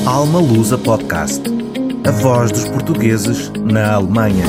Alma Lusa Podcast. A voz dos portugueses na Alemanha.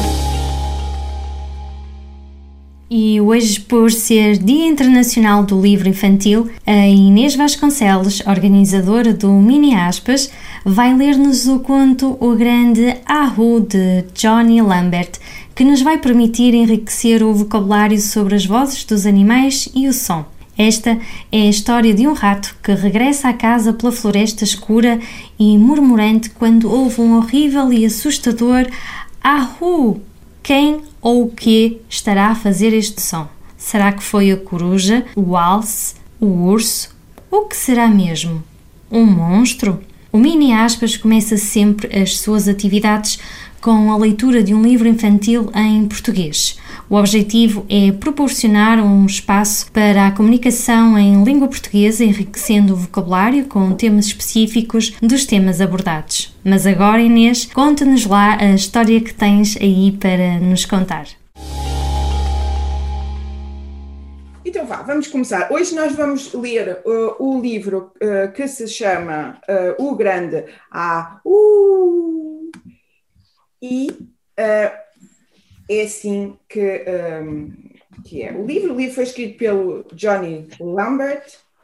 E hoje, por ser Dia Internacional do Livro Infantil, a Inês Vasconcelos, organizadora do Mini Aspas, vai ler-nos o conto O Grande Ahu de Johnny Lambert, que nos vai permitir enriquecer o vocabulário sobre as vozes dos animais e o som. Esta é a história de um rato que regressa à casa pela floresta escura e murmurante quando ouve um horrível e assustador Ahu. Quem ou o que estará a fazer este som? Será que foi a coruja, o alce, o urso? Ou que será mesmo? Um monstro? O Mini Aspas começa sempre as suas atividades com a leitura de um livro infantil em português. O objetivo é proporcionar um espaço para a comunicação em língua portuguesa, enriquecendo o vocabulário com temas específicos dos temas abordados. Mas agora, Inês, conta-nos lá a história que tens aí para nos contar. Então vamos começar. Hoje nós vamos ler o livro que se chama O Grande Ahu. E é assim que é. O livro foi escrito pelo Johnny Lambert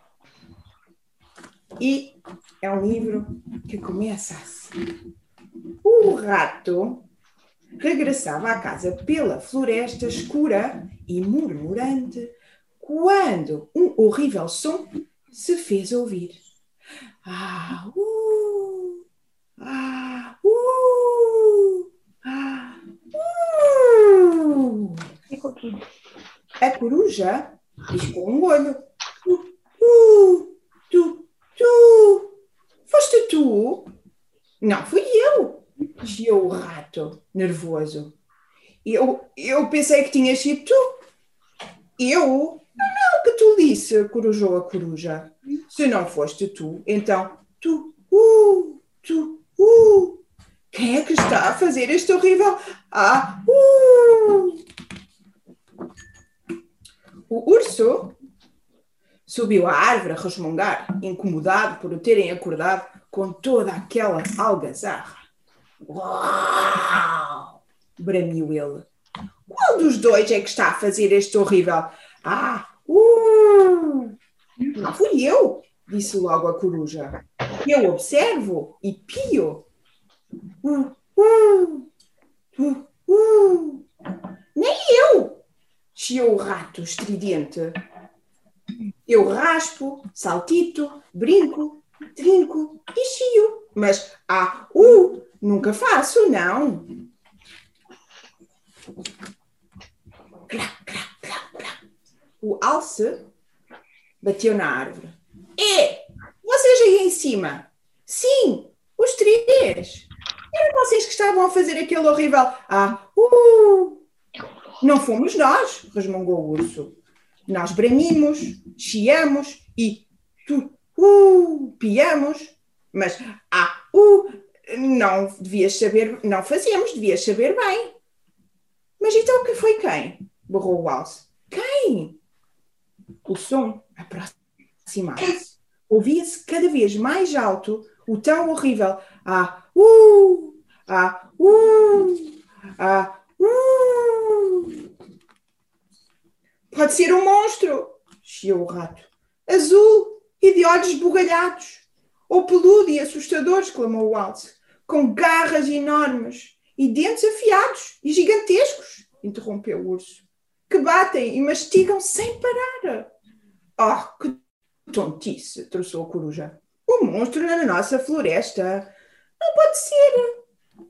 e é um livro que começa assim. O rato regressava à casa pela floresta escura e murmurante quando um horrível som se fez ouvir. Ah, ah, ah, A coruja piscou um olho. Tu. Foste tu? Não, fui eu, chiou o rato, nervoso. Eu pensei que tinhas sido tu. Eu? Não, que tu disse, corujou a coruja. Se não foste tu, então tu. Quem é que está a fazer este horrível O urso subiu à árvore a resmungar, incomodado por o terem acordado com toda aquela algazarra. Uau! Bramiu ele. Qual dos dois é que está a fazer este horrível Não fui eu, disse logo a coruja. Eu observo e pio. Nem eu, chiou o rato estridente. Eu raspo, saltito, brinco, trinco e chio, mas nunca faço, não. O alce bateu na árvore. Vocês aí em cima? Sim, os três. Eram vocês que estavam a fazer aquele horrível Não fomos nós, resmungou o urso. Nós bramimos, chiamos e piamos. Mas não devias saber, não fazíamos, devias saber bem. Mas então que foi quem? Berrou o alce. Quem? O som aproximava-se. Ouvia-se cada vez mais alto o tão horrível Pode ser um monstro, chiou o rato. Azul e de olhos esbugalhados. Ou peludo e assustador, exclamou o alce. Com garras enormes e dentes afiados e gigantescos, interrompeu o urso. Que batem e mastigam sem parar. Que tontice, trouxou a coruja. O monstro na nossa floresta. Não pode ser.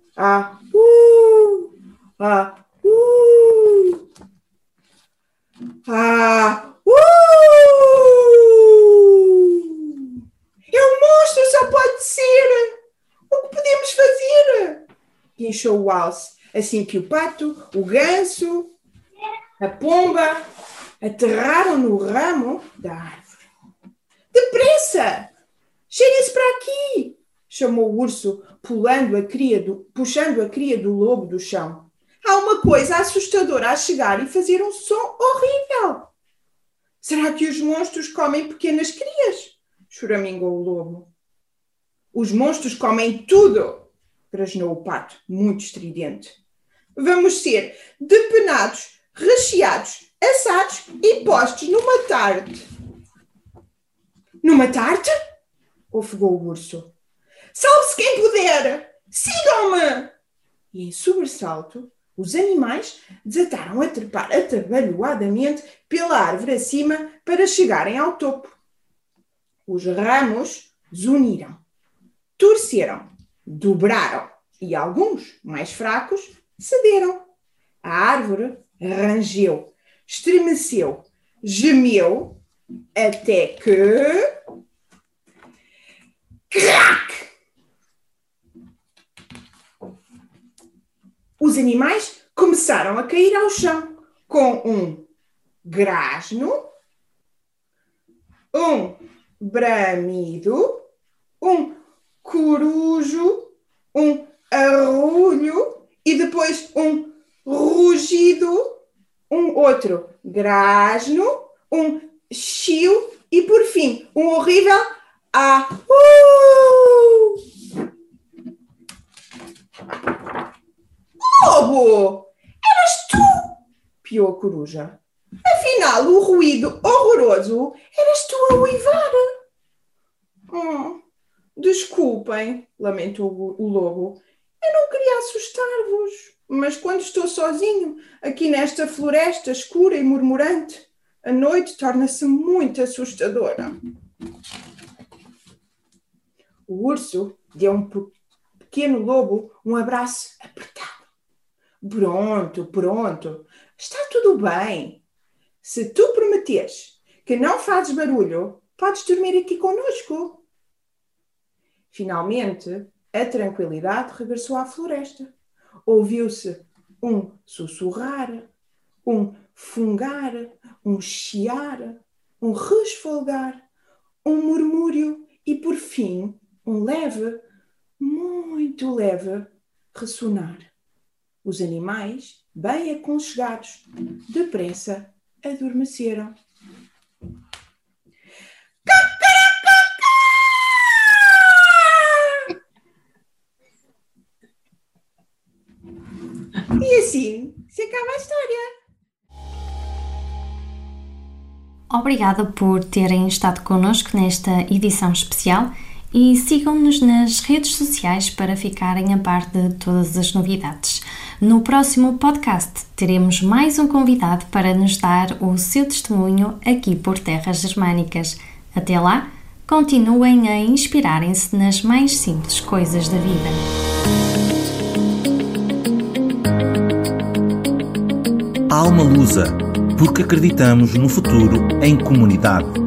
É um monstro, só pode ser. O que podemos fazer? Guinchou o alce, assim que o pato, o ganso, a pomba aterraram no ramo da árvore. Depressa! Cheguem-se para aqui! Chamou o urso, puxando a cria do lobo do chão. Há uma coisa assustadora a chegar e fazer um som horrível. Será que os monstros comem pequenas crias? Choramingou o lobo. Os monstros comem tudo, grasnou o pato, muito estridente. Vamos ser depenados, recheados, assados e postos numa tarte. Numa tarte? Ofegou o urso. Salve-se quem puder! Sigam-me! E em sobressalto, os animais desataram a trepar atabalhoadamente pela árvore acima para chegarem ao topo. Os ramos zuniram, torceram, dobraram e alguns, mais fracos, cederam. A árvore rangeu, estremeceu, gemeu, até que... Crac! Os animais começaram a cair ao chão com um grasno, um bramido, um corujo, um arrulho e depois um rugido, um outro grasno, um chiu e por fim um horrível Lobo! Eras tu! Piou a coruja. Afinal, o ruído horroroso eras tu a uivar. Desculpem, lamentou o lobo. Eu não queria assustar-vos, mas quando estou sozinho, aqui nesta floresta escura e murmurante, a noite torna-se muito assustadora. O urso deu um pequeno lobo um abraço apertado. Pronto, está tudo bem. Se tu prometeres que não fazes barulho, podes dormir aqui conosco. Finalmente, a tranquilidade regressou à floresta. Ouviu-se um sussurrar, um fungar, um chiar, um resfolgar, um murmúrio e, por fim, um leve, muito leve, ressonar. Os animais, bem aconchegados, depressa adormeceram. E assim se acaba a história. Obrigada por terem estado connosco nesta edição especial e sigam-nos nas redes sociais para ficarem a par de todas as novidades. No próximo podcast teremos mais um convidado para nos dar o seu testemunho aqui por terras germânicas. Até lá, continuem a inspirarem-se nas mais simples coisas da vida. Alma Lusa, porque acreditamos no futuro em comunidade.